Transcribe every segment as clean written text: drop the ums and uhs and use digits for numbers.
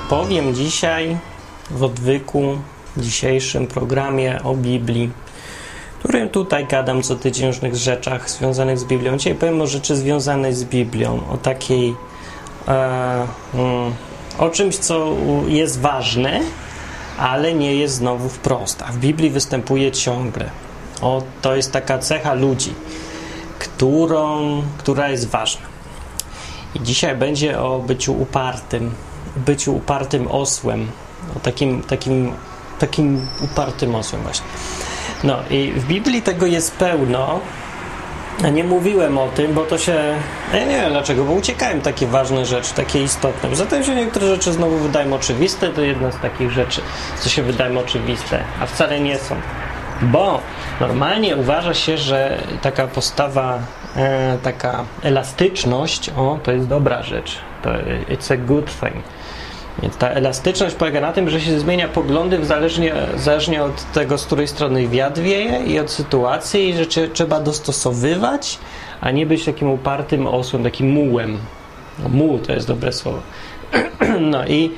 powiem dzisiaj w odwyku, w dzisiejszym programie o Biblii, w którym tutaj gadam co tydzień o różnych rzeczach związanych z Biblią. Dzisiaj powiem o rzeczy związanej z Biblią, o takiej, o czymś, co jest ważne, ale nie jest znowu wprost, a w Biblii występuje ciągle. To jest taka cecha ludzi, która jest ważna. I dzisiaj będzie o byciu upartym osłem, o takim upartym osłem właśnie. No i w Biblii tego jest pełno, a nie mówiłem o tym, bo to się, ja nie wiem dlaczego, bo uciekałem takie ważne rzeczy, takie istotne. Zatem się niektóre rzeczy znowu wydają oczywiste, to jedna z takich rzeczy, co się wydają oczywiste, a wcale nie są. Bo normalnie uważa się, że taka postawa, taka elastyczność, to jest dobra rzecz, to it's a good thing. Więc ta elastyczność polega na tym, że się zmienia poglądy zależnie od tego, z której strony wiatr wieje i od sytuacji, i że trzeba dostosowywać, a nie być takim upartym osłem, takim mułem. Muł to jest dobre słowo. No i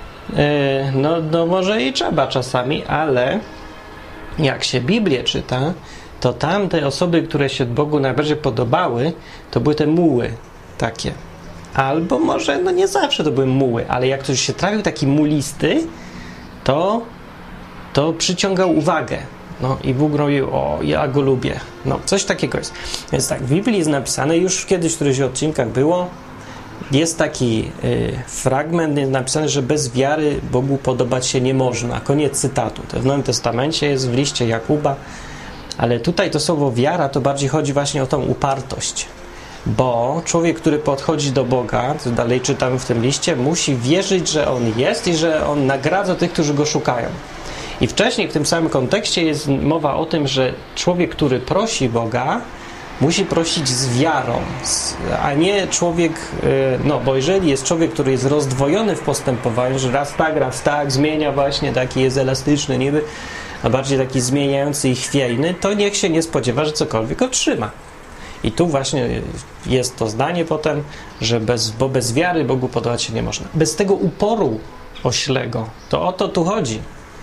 no może i trzeba czasami, ale jak się Biblię czyta, to tam te osoby, które się Bogu najbardziej podobały, to były te muły takie. Albo może, nie zawsze to były muły, ale jak ktoś się trafił taki mulisty, to przyciągał uwagę. No i Bóg robił, ja go lubię. No, coś takiego jest. Więc tak, w Biblii jest napisane, już kiedyś w którychś odcinkach było, jest taki fragment, jest napisane, że bez wiary Bogu podobać się nie można. Koniec cytatu. To w Nowym Testamencie jest w liście Jakuba, ale tutaj to słowo wiara, to bardziej chodzi właśnie o tą upartość. Bo człowiek, który podchodzi do Boga, co dalej czytamy w tym liście, musi wierzyć, że On jest i że On nagradza tych, którzy Go szukają. I wcześniej w tym samym kontekście jest mowa o tym, że człowiek, który prosi Boga, musi prosić z wiarą, a nie człowiek, bo jeżeli jest człowiek, który jest rozdwojony w postępowaniu, że raz tak, zmienia właśnie, taki jest elastyczny niby, a bardziej taki zmieniający i chwiejny, to niech się nie spodziewa, że cokolwiek otrzyma. I tu właśnie jest to zdanie potem, że bez wiary Bogu podobać się nie można. Bez tego uporu oślego, to o to tu chodzi,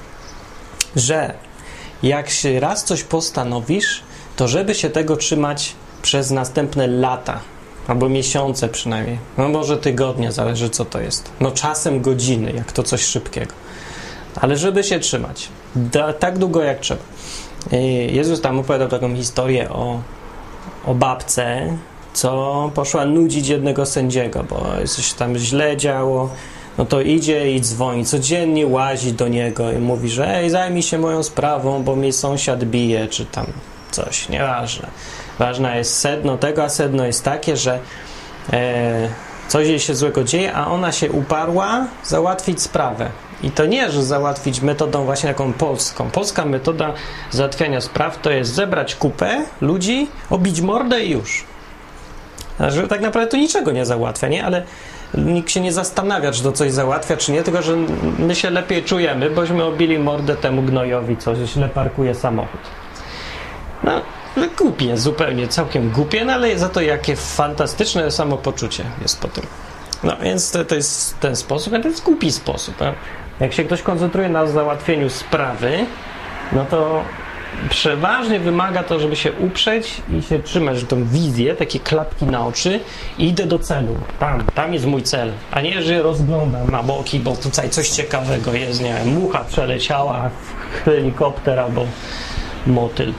że jak się raz coś postanowisz, to żeby się tego trzymać przez następne lata, albo miesiące przynajmniej, może tygodnie, zależy co to jest, czasem godziny, jak to coś szybkiego, ale żeby się trzymać, tak długo jak trzeba. Jezus tam opowiadał taką historię o babce, co poszła nudzić jednego sędziego, bo coś tam źle działo, to idzie i dzwoni, codziennie łazi do niego i mówi, że zajmij się moją sprawą, bo mnie sąsiad bije, czy tam coś, nieważne. Ważne jest sedno tego, a sedno jest takie, że coś jej się złego dzieje, a ona się uparła załatwić sprawę. I to nie, że załatwić metodą właśnie taką polską. Polska metoda załatwiania spraw to jest zebrać kupę ludzi, obić mordę i już. Znaczy, tak naprawdę to niczego nie załatwia, nie? Ale nikt się nie zastanawia, czy to coś załatwia, czy nie, tylko że my się lepiej czujemy, bośmy obili mordę temu gnojowi, co źle parkuje samochód. Głupie, zupełnie, całkiem głupie, ale za to jakie fantastyczne samopoczucie jest po tym. Więc to jest ten sposób, ale to jest głupi sposób. Jak się ktoś koncentruje na załatwieniu sprawy, to przeważnie wymaga to, żeby się uprzeć i się trzymać tą wizję, takie klapki na oczy i idę do celu. Tam jest mój cel. A nie, że rozglądam na boki, bo tutaj coś ciekawego jest, nie wiem, mucha przeleciała, helikopter albo motyl.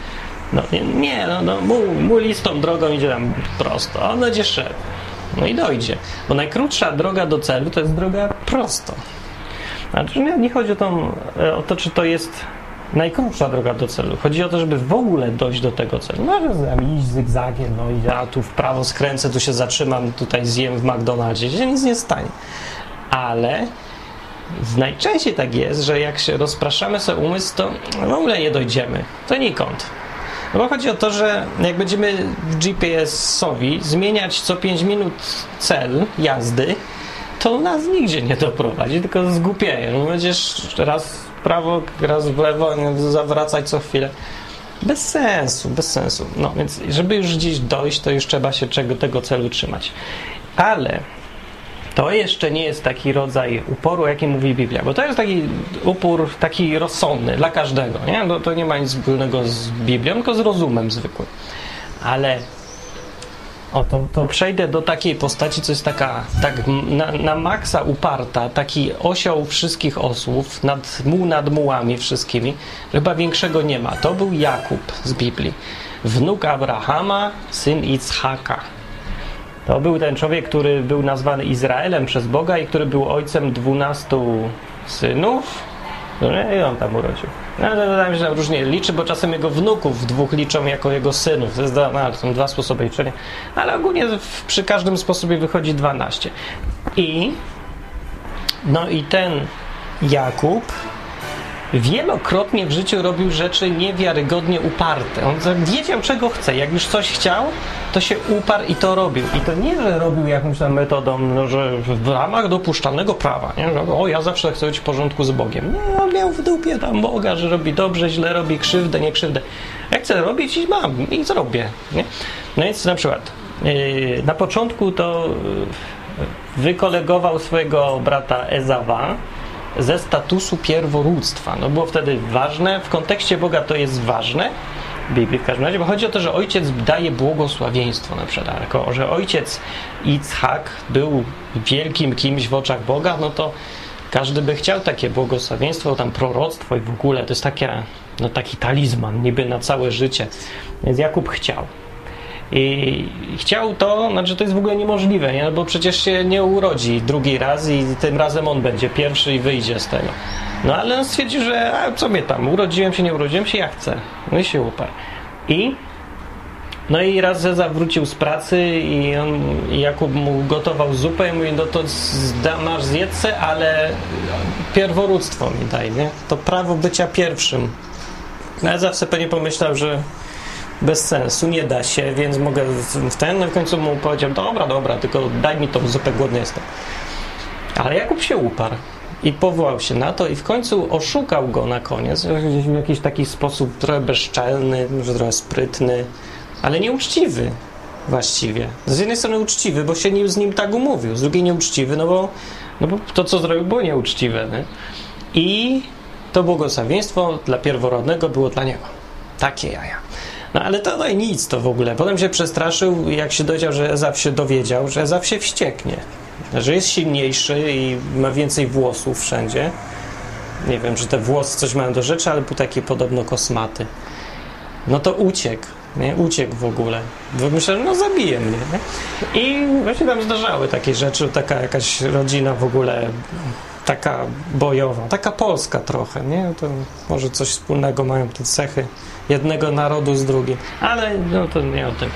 Mulistą drogą idzie tam prosto, a on będzie szedł. I dojdzie. Bo najkrótsza droga do celu to jest droga prosto. Znaczy nie chodzi o to, czy to jest najkrótsza droga do celu. Chodzi o to, żeby w ogóle dojść do tego celu. Że iść zygzagiem, i ja tu w prawo skręcę, tu się zatrzymam, tutaj zjem w McDonaldzie. Się nic nie stanie. Ale najczęściej tak jest, że jak się rozpraszamy sobie umysł, to w ogóle nie dojdziemy. To nikąd. Bo chodzi o to, że jak będziemy w GPS-owi zmieniać co 5 minut cel jazdy, to nas nigdzie nie doprowadzi, tylko zgłupieje. Będziesz raz w prawo, raz w lewo, zawracać co chwilę. Bez sensu. Więc żeby już gdzieś dojść, to już trzeba się tego celu trzymać. Ale to jeszcze nie jest taki rodzaj uporu, jaki mówi Biblia, bo to jest taki upór taki rozsądny dla każdego, nie? To nie ma nic wspólnego z Biblią, tylko z rozumem zwykłym. Ale to przejdę do takiej postaci, co jest taka tak na maksa uparta, taki osioł wszystkich osłów, nad mułami wszystkimi, chyba większego nie ma. To był Jakub z Biblii, wnuk Abrahama, syn Ichaka. To był ten człowiek, który był nazwany Izraelem przez Boga i który był ojcem 12 synów. I on tam urodził. No, tam się różnie liczy, bo czasem jego wnuków dwóch liczą jako jego synów. Są dwa sposoby liczenia. Ale ogólnie przy każdym sposobie wychodzi 12. I ten Jakub wielokrotnie w życiu robił rzeczy niewiarygodnie uparte. On wiedział, czego chce. Jak już coś chciał, to się uparł i to robił. I to nie, że robił jakąś tam metodą, że w ramach dopuszczalnego prawa. Nie? Że, ja zawsze chcę być w porządku z Bogiem. Nie, on miał w dupie tam Boga, że robi dobrze, źle robi, krzywdę, nie krzywdę. Jak chcę robić, i mam, i zrobię. Nie? No więc na przykład na początku to wykolegował swojego brata Ezawa ze statusu pierworództwa. No było wtedy ważne, w kontekście Boga to jest ważne, w Biblii w każdym razie, bo chodzi o to, że ojciec daje błogosławieństwo na przykład, jako że ojciec Ichak był wielkim kimś w oczach Boga, no to każdy by chciał takie błogosławieństwo, tam proroctwo i w ogóle, to jest taki talizman niby na całe życie. Więc Jakub chciał. I chciał to, znaczy to jest w ogóle niemożliwe, nie? Bo przecież się nie urodzi drugi raz i tym razem on będzie pierwszy i wyjdzie z tego. No ale on stwierdził, że co mnie tam, urodziłem się, nie urodziłem się, ja chcę. No i się uparł. No i raz Ezaw wrócił z pracy i Jakub mu gotował zupę i mówi, no to masz zjedzę, ale pierworództwo mi daj, nie? To prawo bycia pierwszym. Ezaw sobie pewnie pomyślał, że bez sensu, nie da się, więc mogę no w końcu mu powiedział, dobra, tylko daj mi tą zupę, głodny jestem. Ale Jakub się uparł i powołał się na to i w końcu oszukał go na koniec w jakiś taki sposób trochę bezczelny, może trochę sprytny, ale nieuczciwy właściwie. Z jednej strony uczciwy, bo się z nim tak umówił, z drugiej nieuczciwy, no bo to, co zrobił, było nieuczciwe. Nie? I to błogosławieństwo dla pierworodnego było dla niego. Takie jaja. No ale to i nic to w ogóle. Potem się przestraszył, jak się dowiedział, że Ezaw się dowiedział, że Ezaw się wścieknie. Że jest silniejszy i ma więcej włosów wszędzie. Nie wiem, czy te włosy coś mają do rzeczy, ale był taki podobno kosmaty. No to uciekł. Nie? Uciekł w ogóle. Bo myślałem, no zabije mnie. Nie? I właśnie tam zdarzały takie rzeczy. Taka jakaś rodzina w ogóle taka bojowa. Taka polska trochę. Nie? To może coś wspólnego mają te cechy jednego narodu z drugim. Ale no to nie o tym.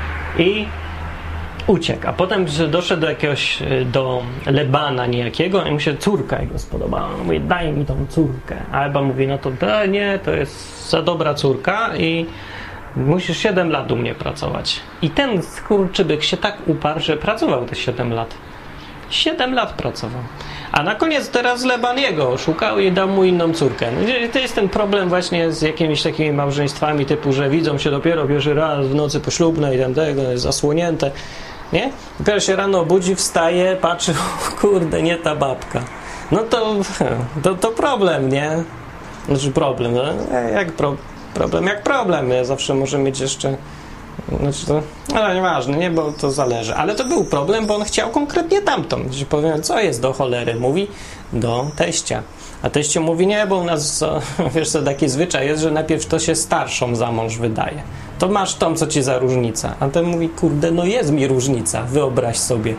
I uciekł. A potem doszedł do Lebana niejakiego i mu się córka jego spodobała. On mówi, daj mi tą córkę. A Eba mówi, no to nie, to jest za dobra córka i musisz 7 lat u mnie pracować. I ten skurczybyk się tak uparł, że pracował te 7 lat. 7 lat pracował. A na koniec teraz Leban jego oszukał i dał mu inną córkę. To jest ten problem właśnie z jakimiś takimi małżeństwami typu, że widzą się dopiero pierwszy raz w nocy poślubnej, tam tego jest zasłonięte. Nie? Dopiero się rano obudzi, wstaje, patrzy, kurde, nie ta babka. No to problem, nie? Znaczy problem, no? Problem jak problem. Ja zawsze może mieć jeszcze... Znaczy to, ale nieważne, nie, bo to zależy. Ale to był problem, bo on chciał konkretnie tamtą. Gdzie powiem, co jest do cholery? Mówi do teścia. A teściu mówi, nie, bo u nas, wiesz co, taki zwyczaj jest, że najpierw to się starszą za mąż wydaje. To masz tą, co ci za różnica. A ten mówi, kurde, no jest mi różnica, wyobraź sobie.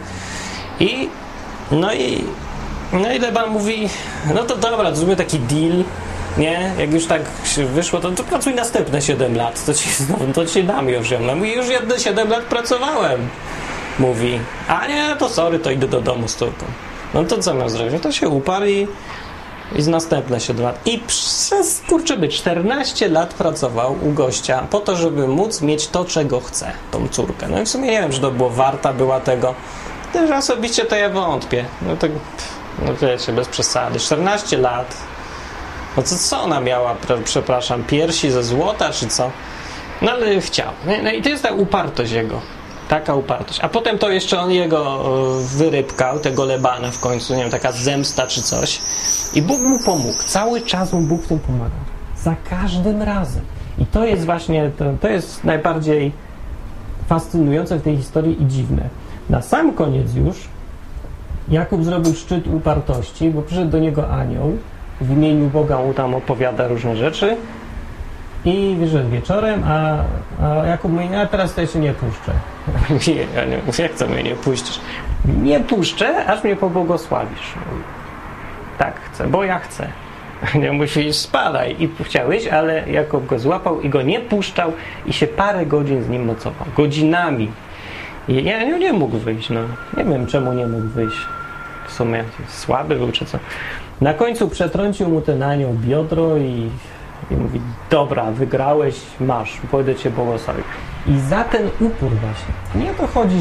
No i Leban mówi, no to dobra, to zróbmy taki deal. Nie? Jak już tak wyszło, to pracuj następne 7 lat. To ci dam już ją. No i już jedne 7 lat pracowałem. Mówi. A nie, to sorry, to idę do domu z córką. No to co miał zrobić? No to się uparł i z następne 7 lat. I przez, 14 lat pracował u gościa po to, żeby móc mieć to, czego chce. Tą córkę. No i w sumie nie wiem, czy to było warta była tego. Też osobiście to ja wątpię. No wiecie, bez przesady. 14 lat. No to co ona miała, przepraszam, piersi ze złota, czy co? No ale chciał. No i to jest ta upartość jego. Taka upartość. A potem to jeszcze on jego wyrybkał, tego Lebana w końcu, nie wiem, taka zemsta czy coś. I Bóg mu pomógł. Cały czas mu Bóg w tym pomagał. Za każdym razem. I to jest właśnie, to jest najbardziej fascynujące w tej historii i dziwne. Na sam koniec już Jakub zrobił szczyt upartości, bo przyszedł do niego anioł, w imieniu Boga mu tam opowiada różne rzeczy i wyszedł wieczorem, a Jakub mówi, a teraz to jeszcze nie puszczę. Ja nie mówię, jak to mnie nie puścisz? Nie puszczę, aż mnie pobłogosławisz. Tak chcę, bo ja chcę. Nie musisz spadaj. I chciałeś, ale Jakub go złapał i go nie puszczał i się parę godzin z nim nocował. Godzinami. I ja nie mógł wyjść. No. Nie wiem, czemu nie mógł wyjść. W sumie słaby był, czy co. Na końcu przetrącił mu ten anioł biodro i mówi, dobra, wygrałeś, masz, pójdę cię błogosławić. I za ten upór właśnie. Nie o to chodzi,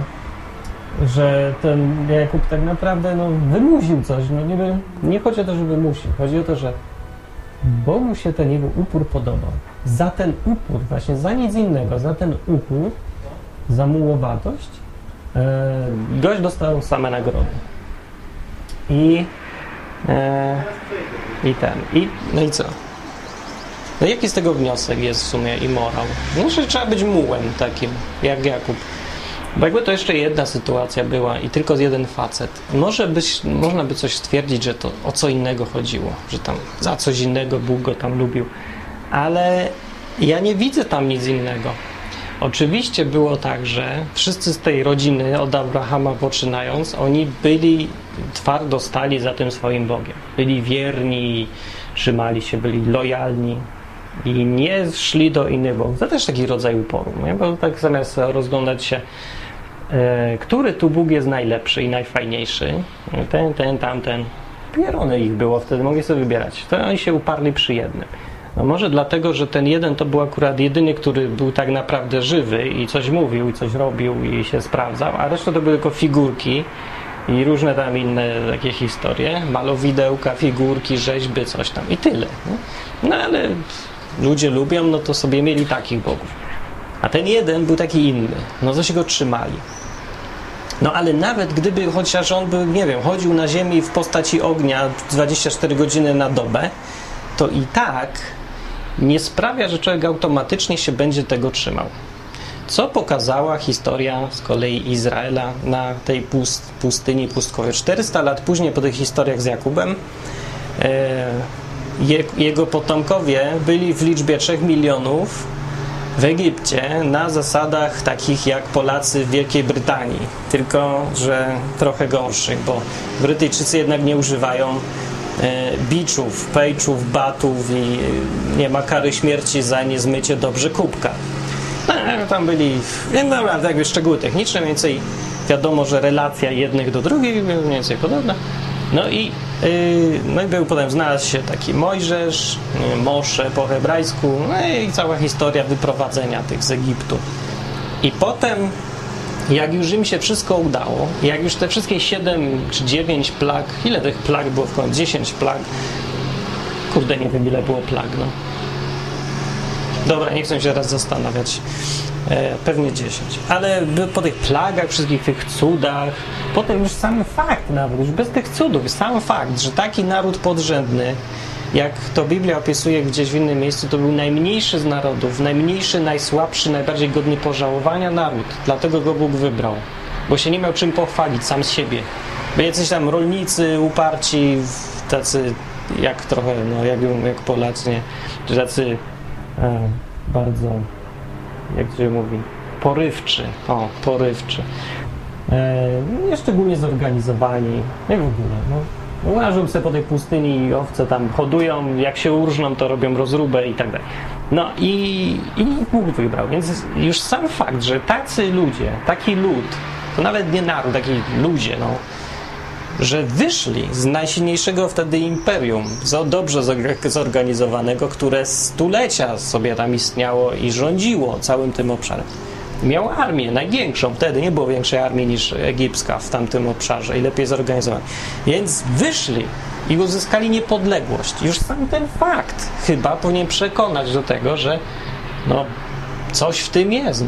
że ten Jakub tak naprawdę wymusił coś. Nie chodzi o to, że wymusił. Chodzi o to, że Bogu się ten jego upór podobał. Za ten upór, właśnie za nic innego, za ten upór, za mułowatość, gość dostał same nagrody. No i co? No jaki z tego wniosek jest w sumie i morał? No, że trzeba być mułem takim, jak Jakub. Bo jakby to jeszcze jedna sytuacja była i tylko jeden facet, można by coś stwierdzić, że to o co innego chodziło, że tam za coś innego Bóg go tam lubił, ale ja nie widzę tam nic innego. Oczywiście było tak, że wszyscy z tej rodziny, od Abrahama poczynając, oni byli twardo stali za tym swoim Bogiem. Byli wierni, trzymali się, byli lojalni i nie szli do innych bogów. To też taki rodzaj uporu, nie? Bo tak zamiast rozglądać się, który tu Bóg jest najlepszy i najfajniejszy, ten, tamten, pierony ich było wtedy, mogli sobie wybierać. To oni się uparli przy jednym. No może dlatego, że ten jeden to był akurat jedyny, który był tak naprawdę żywy i coś mówił, i coś robił i się sprawdzał, a reszta to były tylko figurki i różne tam inne takie historie, malowidełka, figurki, rzeźby, coś tam i tyle. No ale ludzie lubią, no to sobie mieli takich bogów. A ten jeden był taki inny, no to się go trzymali. No ale nawet gdyby, chociaż on by, nie wiem, chodził na ziemi w postaci ognia 24 godziny na dobę, to i tak nie sprawia, że człowiek automatycznie się będzie tego trzymał. Co pokazała historia z kolei Izraela na tej pustyni pustkowej. 400 lat później, po tych historiach z Jakubem, jego potomkowie byli w liczbie 3 milionów w Egipcie na zasadach takich jak Polacy w Wielkiej Brytanii, tylko że trochę gorszych, bo Brytyjczycy jednak nie używają biczów, pejczów, batów i nie ma kary śmierci za niezmycie dobrze kubka. No, tam byli, dobra, jakby szczegóły techniczne, mniej więcej wiadomo, że relacja jednych do drugich mniej więcej podobna. No i był potem, znalazł się taki Mojżesz, Mosze po hebrajsku, no i cała historia wyprowadzenia tych z Egiptu. I potem, jak już im się wszystko udało, jak już te wszystkie 7 czy 9 plag, ile tych plag było w końcu? 10 plag. Kurde, nie wiem ile było plag, no. Dobra, nie chcę się teraz zastanawiać. Pewnie 10. Ale po tych plagach, wszystkich tych cudach, potem już sam fakt nawet, już bez tych cudów, sam fakt, że taki naród podrzędny, jak to Biblia opisuje gdzieś w innym miejscu, to był najmniejszy z narodów, najmniejszy, najsłabszy, najbardziej godny pożałowania naród. Dlatego go Bóg wybrał. Bo się nie miał czym pochwalić sam z siebie. Bo jacyś tam rolnicy uparci, tacy jak trochę, no jak Polacy, nie? Tacy bardzo, jak się mówi, porywczy. Nieszczególnie zorganizowani. Nie w ogóle, no. Łażą sobie po tej pustyni i owce tam hodują, jak się urżną, to robią rozróbę i tak dalej. No i Bóg wybrał, więc już sam fakt, że tacy ludzie, taki lud, to nawet nie naród, taki ludzie, no, że wyszli z najsilniejszego wtedy imperium, dobrze zorganizowanego, które stulecia sobie tam istniało i rządziło całym tym obszarem. Miał armię, największą wtedy, nie było większej armii niż egipska w tamtym obszarze i lepiej zorganizowanej. Więc wyszli i uzyskali niepodległość. Już sam ten fakt chyba powinien przekonać do tego, że no, coś w tym jest. No.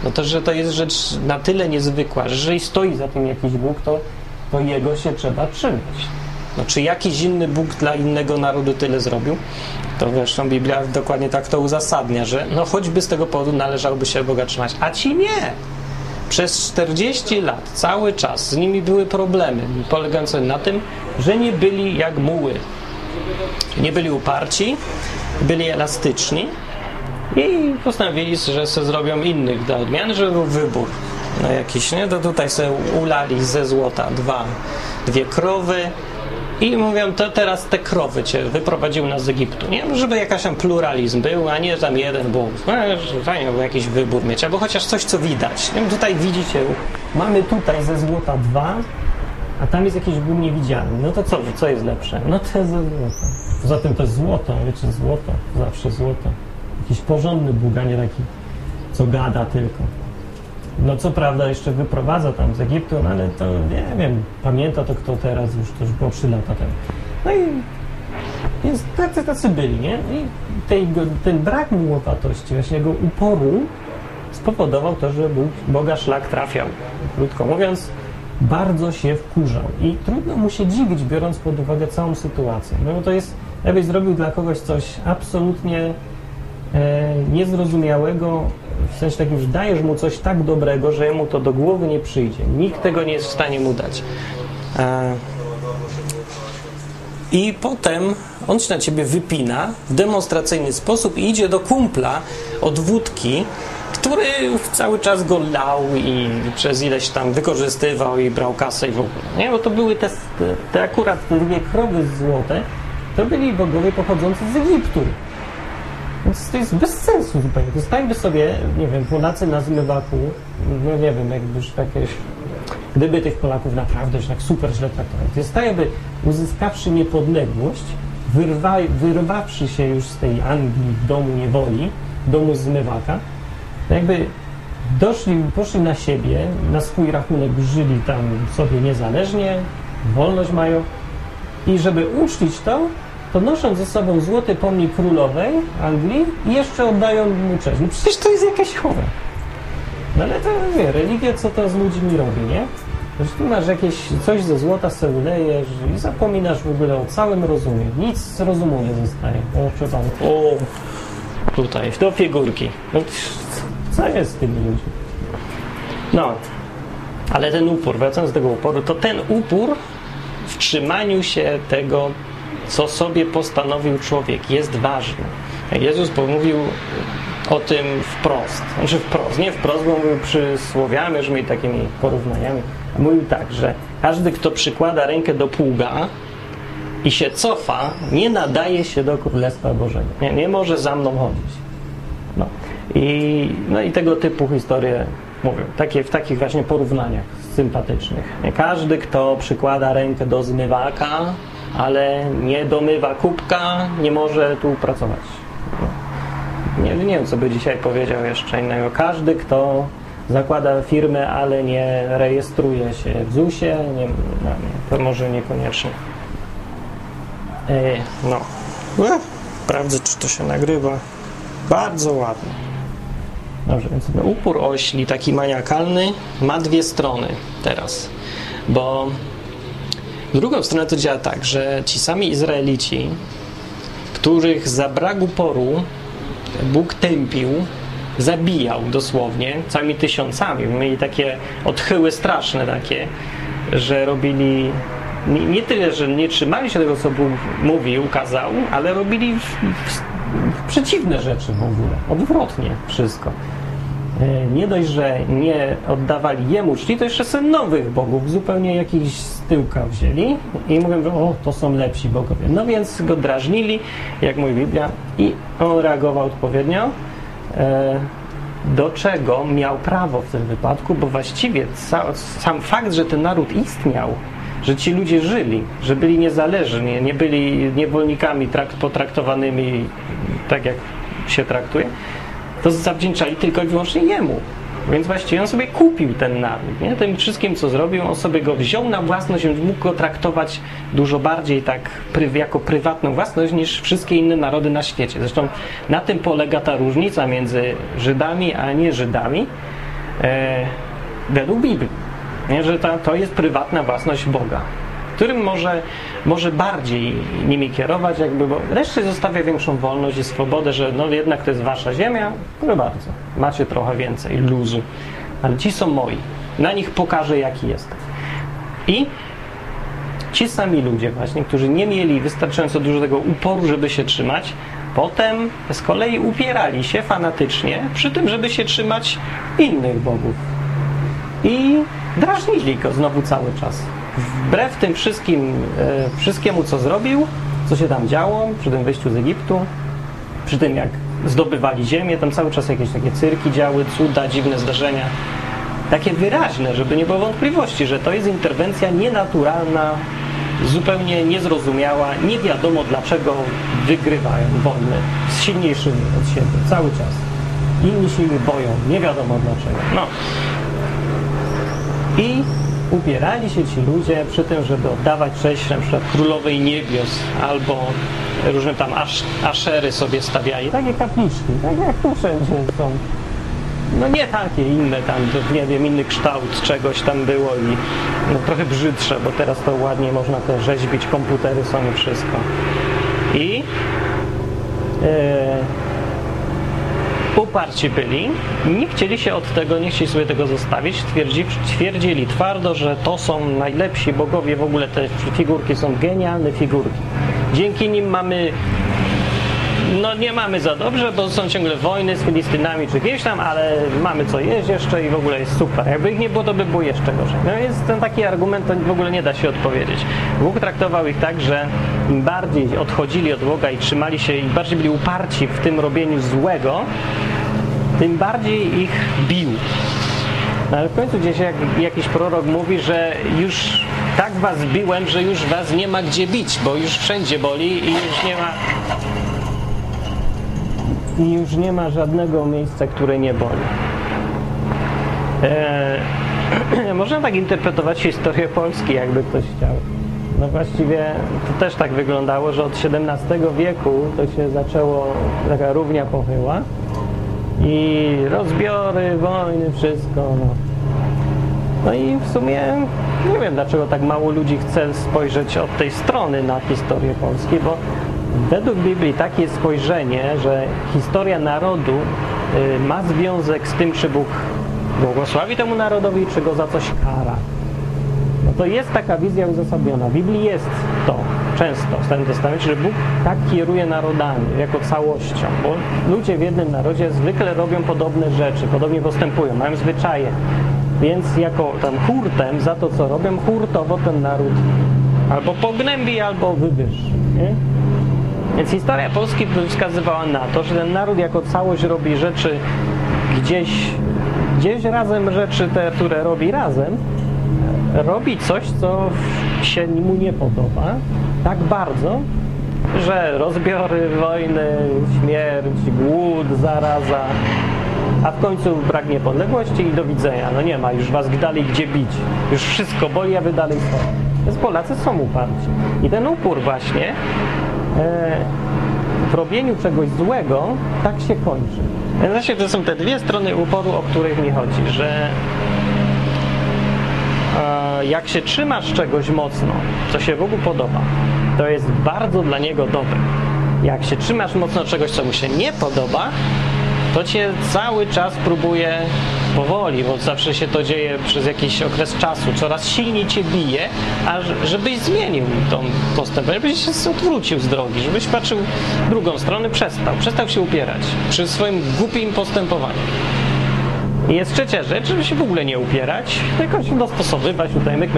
No to, że to jest rzecz na tyle niezwykła, że jeżeli stoi za tym jakiś Bóg, to Jego się trzeba trzymać. No, czy jakiś inny Bóg dla innego narodu tyle zrobił? To zresztą Biblia dokładnie tak to uzasadnia, że no choćby z tego powodu należałoby się Boga trzymać, a ci nie! Przez 40 lat, cały czas z nimi były problemy, polegające na tym, że nie byli jak muły. Nie byli uparci, byli elastyczni i postanowili, że sobie zrobią innych dla odmiany, żeby był wybór. No jakiś, nie? To tutaj sobie ulali ze złota dwie krowy i mówią, to teraz te krowy cię wyprowadziły nas z Egiptu, nie? Żeby jakaś tam pluralizm był, a nie tam jeden Bóg. No, fajnie, bo jakiś wybór mieć, albo chociaż coś, co widać. Nie? Tutaj widzicie, mamy tutaj ze złota 2, a tam jest jakiś Bóg niewidzialny. No to co jest lepsze? No to jest złoto. Poza tym to jest złoto, wiecie, złoto, zawsze złoto. Jakiś porządny Bóg, a nie taki, co gada tylko. No co prawda jeszcze wyprowadza tam z Egiptu, no ale to nie wiem, pamięta to kto teraz, to już było 3 lata temu. No i więc tacy byli, nie? I ten brak mułowatości, właśnie jego uporu spowodował to, że Boga szlak trafiał. Krótko mówiąc, bardzo się wkurzał i trudno mu się dziwić, biorąc pod uwagę całą sytuację. No bo to jest, jakbyś zrobił dla kogoś coś absolutnie niezrozumiałego, w sensie takim, że dajesz mu coś tak dobrego, że jemu to do głowy nie przyjdzie. Nikt tego nie jest w stanie mu dać. I potem on się na ciebie wypina w demonstracyjny sposób i idzie do kumpla od wódki, który cały czas go lał i przez ileś tam wykorzystywał i brał kasę i w ogóle. Nie? Bo to były te akurat te 2 krowy złote, to byli bogowie pochodzący z Egiptu. Więc to jest bez sensu zupełnie. To jest tak, by sobie, nie wiem, Polacy na zmywaku, no nie wiem, jakbyś jakieś, gdyby tych Polaków naprawdę już tak super źle traktowali, to jest tak, jakby uzyskawszy niepodległość, wyrwawszy się już z tej Anglii, domu niewoli, domu zmywaka, to jakby poszli na siebie, na swój rachunek żyli tam sobie niezależnie, wolność mają i żeby uczcić to nosząc ze sobą złoty pomnik królowej Anglii i jeszcze oddają mu cześć. No przecież to jest jakaś chore. No ale to wie, religia co to z ludźmi robi, nie? Że tu masz jakieś coś ze złota se ulejesz i zapominasz w ogóle o całym rozumie. Nic z rozumu nie zostaje. O, przepraszam. O, tutaj, do figurki. No, co jest z tymi ludźmi? No, ale ten upór, wracając do tego uporu, to ten upór w trzymaniu się tego, co sobie postanowił człowiek, jest ważny. Jezus mówił o tym wprost. Znaczy wprost, nie wprost, bo mówił przysłowiami, już i takimi porównaniami. Mówił tak, że każdy, kto przykłada rękę do pługa i się cofa, nie nadaje się do Królestwa Bożego. Nie może za mną chodzić. No i tego typu historie mówią. W takich właśnie porównaniach sympatycznych. Każdy, kto przykłada rękę do zmywaka, ale nie domywa kubka, nie może tu pracować. Nie wiem, co by dzisiaj powiedział jeszcze innego. Każdy, kto zakłada firmę, ale nie rejestruje się w ZUS-ie, to może niekoniecznie. Sprawdzę, czy to się nagrywa. Bardzo ładnie. Dobrze, więc upór ośli, taki maniakalny, ma 2 strony teraz. Bo w drugą stronę to działa tak, że ci sami Izraelici, których za brak uporu Bóg tępił, zabijał dosłownie, całymi tysiącami. Mieli takie odchyły straszne takie, że robili nie tyle, że nie trzymali się tego, co Bóg mówił, kazał, ale robili przeciwne rzeczy w ogóle, odwrotnie wszystko. Nie dość, że nie oddawali Jemu czci, to jeszcze sobie nowych bogów, zupełnie jakichś z tyłka wzięli i mówią, że to są lepsi bogowie. No więc go drażnili, jak mówi Biblia, i on reagował odpowiednio, do czego miał prawo w tym wypadku, bo właściwie sam fakt, że ten naród istniał, że ci ludzie żyli, że byli niezależni, nie byli niewolnikami potraktowanymi tak, jak się traktuje, to zawdzięczali tylko i wyłącznie Jemu. Więc właściwie on sobie kupił ten naród. Nie? Tym wszystkim, co zrobił, on sobie go wziął na własność, więc mógł go traktować dużo bardziej tak jako prywatną własność niż wszystkie inne narody na świecie. Zresztą na tym polega ta różnica między Żydami a nie Żydami, według Biblii. Nie, że to jest prywatna własność Boga, którym może bardziej nimi kierować, bo reszcie zostawia większą wolność i swobodę, że jednak to jest wasza ziemia, proszę bardzo, macie trochę więcej luzu, ale ci są moi, na nich pokażę, jaki jestem. I ci sami ludzie właśnie, którzy nie mieli wystarczająco dużo tego uporu, żeby się trzymać, potem z kolei upierali się fanatycznie przy tym, żeby się trzymać innych bogów. I drażnili go znowu cały czas. Wbrew tym wszystkiemu, co zrobił, co się tam działo przy tym wyjściu z Egiptu, przy tym, jak zdobywali ziemię, tam cały czas jakieś takie cyrki działy, cuda, dziwne zdarzenia. Takie wyraźne, żeby nie było wątpliwości, że to jest interwencja nienaturalna, zupełnie niezrozumiała, nie wiadomo dlaczego wygrywają wojny z silniejszymi od siebie, cały czas. Inni się ich boją, nie wiadomo dlaczego. I upierali się ci ludzie przy tym, żeby oddawać cześć na przykład królowej niebios albo różne tam aszery sobie stawiali, takie kapliczki, tak jak tu wszędzie są. Nie takie, inne tam, nie wiem, inny kształt czegoś tam było i trochę brzydsze, bo teraz to ładnie można też rzeźbić, komputery są i wszystko. I uparci byli, nie chcieli się od tego, nie chcieli sobie tego zostawić, twierdzili twardo, że to są najlepsi bogowie, w ogóle te figurki są genialne figurki. Dzięki nim mamy, nie mamy za dobrze, bo są ciągle wojny z Filistynami czy gdzieś tam, ale mamy co jeść jeszcze i w ogóle jest super. Jakby ich nie było, to by było jeszcze gorzej. Jest ten taki argument, to w ogóle nie da się odpowiedzieć. Bóg traktował ich tak, że im bardziej odchodzili od Boga i trzymali się, im bardziej byli uparci w tym robieniu złego, tym bardziej ich bił. Ale w końcu gdzieś jakiś prorok mówi, że już tak was biłem, że już was nie ma gdzie bić, bo już wszędzie boli i już nie ma żadnego miejsca, które nie boli. Można tak interpretować historię Polski, jakby ktoś chciał. Właściwie to też tak wyglądało, że od XVII wieku to się zaczęło, taka równia pochyła i rozbiory, wojny, wszystko. I w sumie nie wiem, dlaczego tak mało ludzi chce spojrzeć od tej strony na historię Polski, bo według Biblii takie spojrzenie, że historia narodu ma związek z tym, czy Bóg błogosławi temu narodowi, czy go za coś kara. To jest taka wizja uzasadniona. W Biblii jest to często w Starym Testamencie, że Bóg tak kieruje narodami jako całością, bo ludzie w jednym narodzie zwykle robią podobne rzeczy, podobnie postępują, mają zwyczaje, więc jako tam hurtem za to, co robią, hurtowo ten naród albo pognębi, albo wywyższy. Nie? Więc historia Polski by wskazywała na to, że ten naród jako całość robi rzeczy gdzieś razem, rzeczy te, które robi razem, robi coś, co się mu nie podoba tak bardzo, że rozbiory, wojny, śmierć, głód, zaraza, a w końcu brak niepodległości i do widzenia. Nie ma już was dalej gdzie bić. Już wszystko boli, a wy dalej są. Więc Polacy są uparci. I ten upór właśnie w robieniu czegoś złego tak się kończy. Znaczy, to są te dwie strony uporu, o których mi chodzi, że jak się trzymasz czegoś mocno, co się Bogu podoba, to jest bardzo dla Niego dobre. Jak się trzymasz mocno czegoś, co Mu się nie podoba, to Cię cały czas próbuje powoli, bo zawsze się to dzieje przez jakiś okres czasu, coraz silniej Cię bije, a żebyś zmienił tą postęp, żebyś się odwrócił z drogi, żebyś patrzył w drugą stronę, przestał się upierać przy swoim głupim postępowaniu. I jest trzecia rzecz, żeby się w ogóle nie upierać, tylko się dostosowywać tutaj, myk.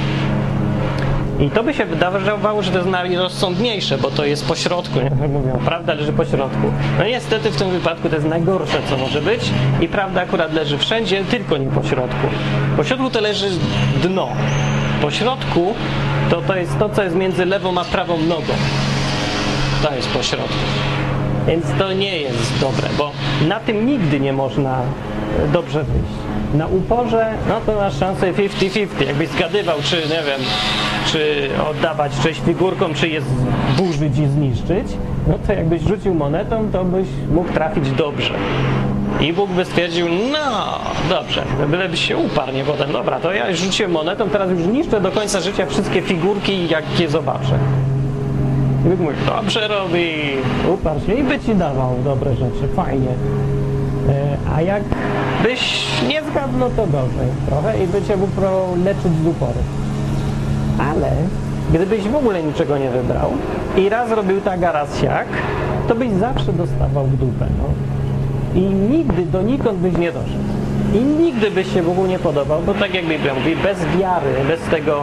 I to by się wydawało, że to jest najrozsądniejsze, bo to jest pośrodku. Nie? Mówią, prawda leży pośrodku. Niestety w tym wypadku to jest najgorsze, co może być i prawda akurat leży wszędzie, tylko nie pośrodku. Pośrodku to leży dno. Pośrodku to jest to, co jest między lewą a prawą nogą. To jest pośrodku. Więc to nie jest dobre, bo na tym nigdy nie można dobrze wyjść. Na uporze, to masz szansę 50-50. Jakbyś zgadywał, czy nie wiem, czy oddawać cześć figurkom, czy je zburzyć i zniszczyć, to jakbyś rzucił monetą, to byś mógł trafić dobrze. I Bóg by stwierdził, no dobrze, bylebyś się uparł, nie potem, dobra, to ja już rzuciłem monetą, teraz już niszczę do końca życia wszystkie figurki, jakie zobaczę. I Bóg mówi, dobrze robi, uparł się i by ci dawał dobre rzeczy, fajnie. A jak byś nie zgadł, no to gorzej trochę i by cię mógł leczyć z uporu. Ale gdybyś w ogóle niczego nie wybrał i raz robił tak, a raz siak, to byś zawsze dostawał w dupę, no. I nigdy donikąd byś nie doszedł. I nigdy byś się Bogu nie podobał, bo tak jak Biblia mówi, bez wiary, bez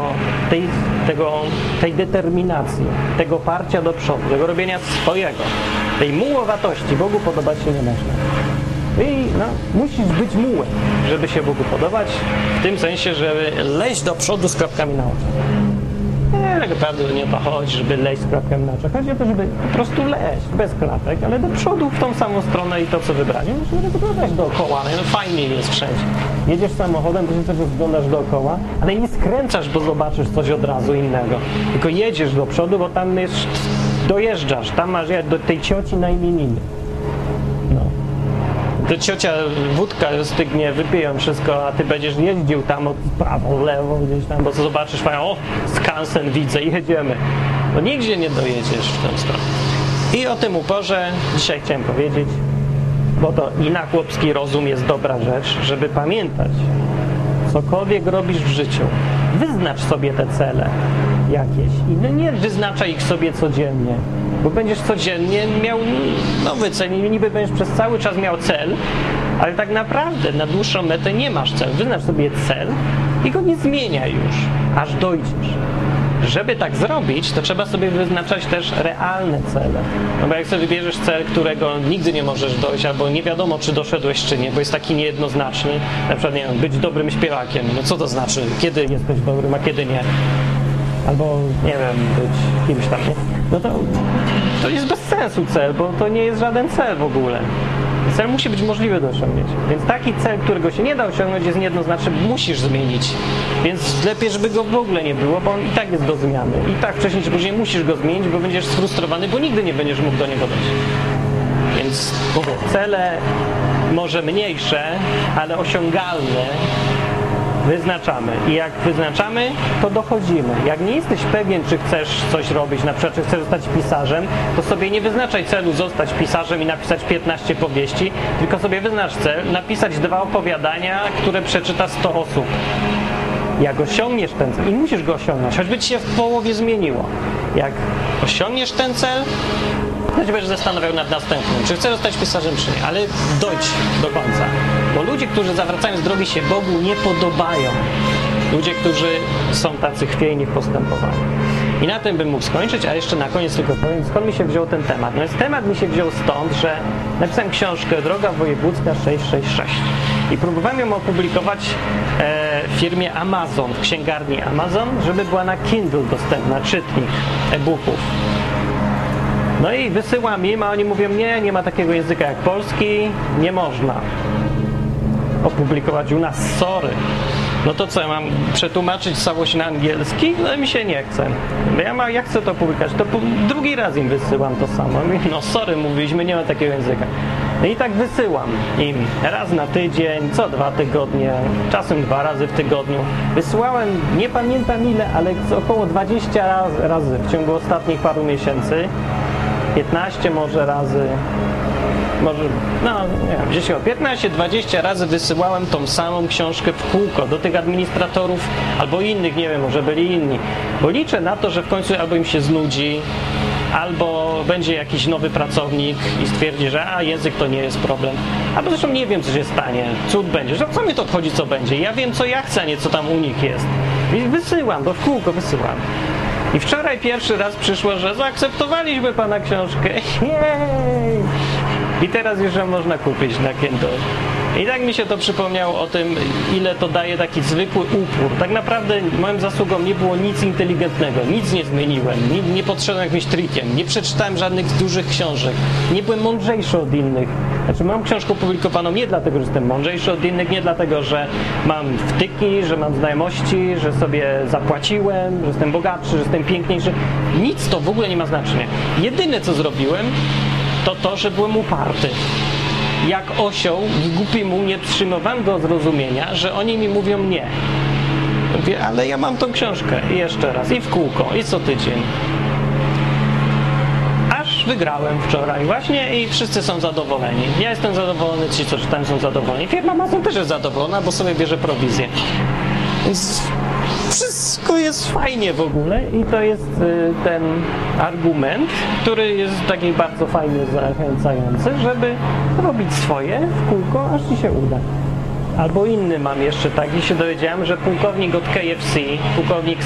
tej determinacji, tego parcia do przodu, tego robienia swojego, tej mułowatości Bogu podobać się nie można. I no, musisz być mułem, żeby się Bogu podobać, w tym sensie, żeby leźć do przodu z klapkami na oczach. Nie, tak naprawdę nie o to chodzi, żeby leźć z klapkami na oczach. Chodzi o to, żeby po prostu leźć bez klapek, ale do przodu w tą samą stronę i to, co wybrali. Żeby wyglądać dookoła, no fajnie jest wszędzie. Jedziesz samochodem, to się też rozglądasz dookoła, ale nie skręcasz, bo zobaczysz coś od razu innego. Tylko jedziesz do przodu, bo tam jest, dojeżdżasz, tam masz do tej cioci na imieniny. To ciocia wódka stygnie, wypiją wszystko, a ty będziesz jeździł tam od prawą, lewą gdzieś tam, bo zobaczysz, o, skansen widzę i jedziemy. Bo nigdzie nie dojedziesz w tę stronę. I o tym uporze dzisiaj chciałem powiedzieć, bo to i na chłopski rozum jest dobra rzecz, żeby pamiętać, cokolwiek robisz w życiu, wyznacz sobie te cele jakieś i nie wyznaczaj ich sobie codziennie, bo będziesz codziennie miał nowy cel i niby będziesz przez cały czas miał cel, ale tak naprawdę na dłuższą metę nie masz celu. Wyznacz sobie cel i go nie zmieniaj już, aż dojdziesz. Żeby tak zrobić, to trzeba sobie wyznaczać też realne cele. No bo jak sobie wybierzesz cel, którego nigdy nie możesz dojść, albo nie wiadomo, czy doszedłeś, czy nie, bo jest taki niejednoznaczny, na przykład, nie wiem, być dobrym śpiewakiem, no co to znaczy? Kiedy jesteś dobrym, a kiedy nie? Albo, nie wiem, być kimś tam, nie? No to jest bez sensu cel, bo to nie jest żaden cel w ogóle. Cel musi być możliwy do osiągnięcia. Więc taki cel, którego się nie da osiągnąć, jest niejednoznaczny, musisz zmienić. Więc lepiej, żeby go w ogóle nie było, bo on i tak jest do zmiany. I tak wcześniej czy później musisz go zmienić, bo będziesz sfrustrowany, bo nigdy nie będziesz mógł do niego dojść. Więc mówię, cele może mniejsze, ale osiągalne wyznaczamy. I jak wyznaczamy, to dochodzimy. Jak nie jesteś pewien, czy chcesz coś robić, na przykład, czy chcesz zostać pisarzem, to sobie nie wyznaczaj celu zostać pisarzem i napisać 15 powieści, tylko sobie wyznacz cel, napisać 2 opowiadania, które przeczyta 100 osób. Jak osiągniesz ten cel, i musisz go osiągnąć, choćby ci się w połowie zmieniło. Jak osiągniesz ten cel, to się będziesz zastanawiał nad następnym, czy chcesz zostać pisarzem, czy nie, ale dojdź do końca. Bo ludzie, którzy zawracają z drogi, się Bogu nie podobają. Ludzie, którzy są tacy chwiejni w postępowaniu. I na tym bym mógł skończyć, a jeszcze na koniec tylko powiem, skąd mi się wziął ten temat. No więc temat mi się wziął stąd, że napisałem książkę Droga Wojewódzka 666 i próbowałem ją opublikować w firmie Amazon, w księgarni Amazon, żeby była na Kindle dostępna, czytnik e-booków. No i wysyłam im, a oni mówią, nie ma takiego języka jak polski, nie można opublikować u nas, sorry. No to co, ja mam przetłumaczyć całość na angielski? No mi się nie chce. Ja chcę to publikować, to drugi raz im wysyłam to samo. No sorry, mówiliśmy, nie ma takiego języka. No i tak wysyłam im raz na tydzień, co 2 tygodnie, czasem 2 razy w tygodniu. Wysyłałem, nie pamiętam ile, ale około 20 razy w ciągu ostatnich paru miesięcy. 15 może razy, może, no nie wiem, 15-20 razy wysyłałem tą samą książkę w kółko do tych administratorów albo innych, nie wiem, może byli inni, bo liczę na to, że w końcu albo im się znudzi, albo będzie jakiś nowy pracownik i stwierdzi, że język to nie jest problem, albo zresztą nie wiem, co się stanie, cud będzie, że co mnie to obchodzi, co będzie, ja wiem, co ja chcę, a nie co tam u nich jest. I wysyłam, to w kółko wysyłam. I wczoraj pierwszy raz przyszło, że zaakceptowaliśmy pana książkę. Jej! I teraz już ją można kupić na Kindle. I tak mi się to przypomniało o tym, ile to daje taki zwykły upór. Tak naprawdę moją zasługą nie było nic inteligentnego, nic nie zmieniłem, nie podszedłem jakimś trikiem, nie przeczytałem żadnych dużych książek, nie byłem mądrzejszy od innych. Znaczy mam książkę opublikowaną nie dlatego, że jestem mądrzejszy od innych, nie dlatego, że mam wtyki, że mam znajomości, że sobie zapłaciłem, że jestem bogatszy, że jestem piękniejszy. Nic to w ogóle nie ma znaczenia. Jedyne, co zrobiłem, to, że byłem uparty. jak osioł, głupi mu, nie przyjmowałem do zrozumienia, że oni mi mówią nie. Mówię, ale ja mam tą książkę i jeszcze raz, i w kółko, i co tydzień. Aż wygrałem wczoraj właśnie i wszyscy są zadowoleni. Ja jestem zadowolony, ci co czytają są zadowoleni. Firma Amazon też jest zadowolona, bo sobie bierze prowizję. Więc wszystko jest fajnie w ogóle i to jest ten argument, który jest taki bardzo fajnie zachęcający, żeby robić swoje w kółko, aż ci się uda. Albo inny mam jeszcze taki, się dowiedziałem, że pułkownik od KFC, pułkownik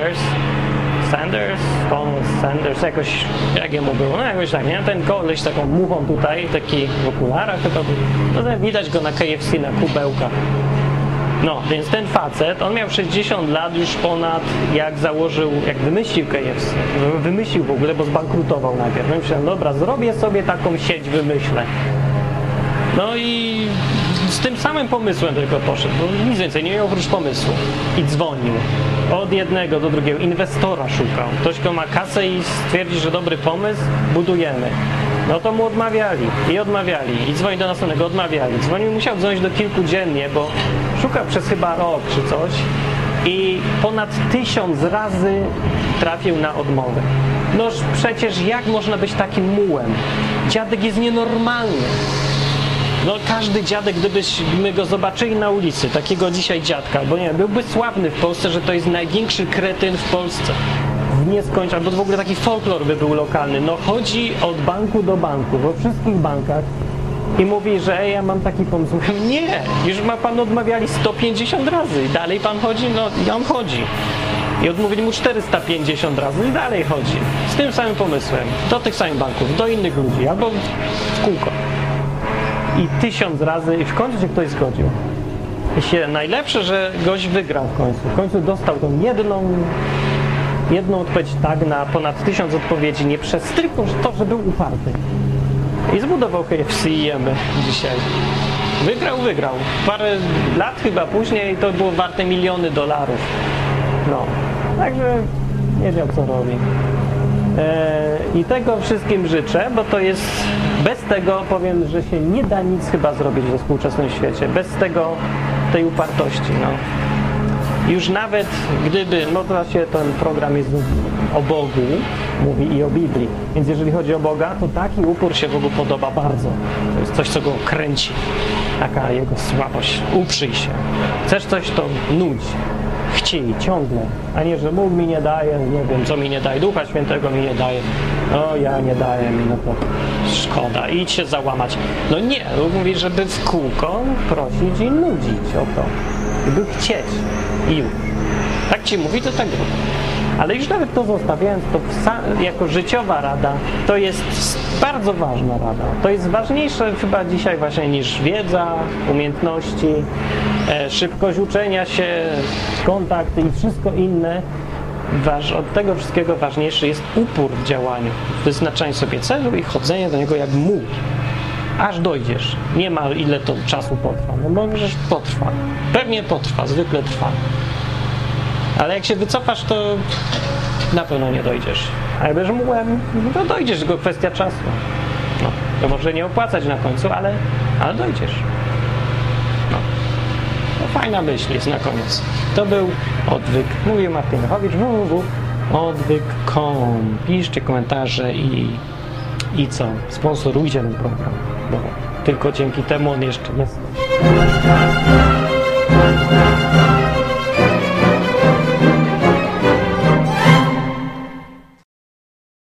Sanders, jakoś, jak jemu było, no jakoś tak, nie? Ten koleś taką muchą tutaj, taki w okularach chyba był, no widać go na KFC, na kubełkach. No, więc ten facet, on miał 60 lat już ponad, jak założył, jak wymyślił KFC. Wymyślił w ogóle, bo zbankrutował najpierw. No i myślałem, dobra, zrobię sobie taką sieć, wymyślę. No i z tym samym pomysłem tylko poszedł, bo nic więcej nie miał oprócz pomysłu. I dzwonił od jednego do drugiego, inwestora szukał. Ktoś, kto ma kasę i stwierdzi, że dobry pomysł, budujemy. No to mu odmawiali i dzwoni do następnego, odmawiali. Dzwonił, musiał dzwonić do kilku dziennie, bo szukał przez chyba rok czy coś i ponad 1000 razy trafił na odmowę. Noż przecież jak można być takim mułem? Dziadek jest nienormalny. No każdy dziadek, gdybyśmy go zobaczyli na ulicy, takiego dzisiaj dziadka, bo nie, byłby sławny w Polsce, że to jest największy kretyn w Polsce. Albo w ogóle taki folklor by był lokalny. No chodzi od banku do banku, we wszystkich bankach i mówi, że ja mam taki pomysł. Nie, już ma pan odmawiali 150 razy i dalej pan chodzi? No i on chodzi. I odmówili mu 450 razy i dalej chodzi. Z tym samym pomysłem. Do tych samych banków, do innych ludzi, albo w kółko. I 1000 razy i w końcu się ktoś zgodził. I najlepsze, że gość wygrał w końcu. W końcu dostał tą jedną odpowiedź tak na ponad 1000 odpowiedzi, nie przez tylko to, że był uparty. I zbudował KFC i jemy dzisiaj. Wygrał. Parę lat chyba później to było warte miliony dolarów. No, także wiedział co robi. I tego wszystkim życzę, bo to jest, bez tego powiem, że się nie da nic chyba zrobić we współczesnym świecie. Bez tej upartości, no. Już nawet gdyby, no to się ten program jest o Bogu, mówi i o Biblii, więc jeżeli chodzi o Boga, to taki upór się Bogu podoba bardzo. To jest coś, co go kręci, taka jego słabość. Uprzyj się. Chcesz coś, to nudź. Chciej ciągle, a nie, że Bóg mi nie daje, nie wiem, co mi nie daje, Ducha Świętego mi nie daje, no ja nie daję mi, no to szkoda, idź się załamać. No nie, Bóg mówi, żeby w kółko prosić i nudzić o to, by chcieć i już. Tak ci mówi, to tak rób. Ale już nawet to zostawiając, to jako życiowa rada, to jest bardzo ważna rada. To jest ważniejsze chyba dzisiaj właśnie niż wiedza, umiejętności, szybkość uczenia się, kontakty i wszystko inne. Od tego wszystkiego ważniejszy jest upór w działaniu. Wyznaczanie sobie celu i chodzenie do niego jak muł. Aż dojdziesz. Nie ma ile to czasu potrwa. No bo że potrwa. Pewnie potrwa, zwykle trwa. Ale jak się wycofasz, to na pewno nie dojdziesz. A jak będziesz mułem, to dojdziesz, tylko kwestia czasu. No, to może nie opłacać na końcu, ale dojdziesz. No. To fajna myśl jest na koniec. To był Odwyk. Mówił Martin Lechowicz, www.odwyk.com. Piszcie komentarze i co? Sponsorujcie ten program, bo tylko dzięki temu on jeszcze jest.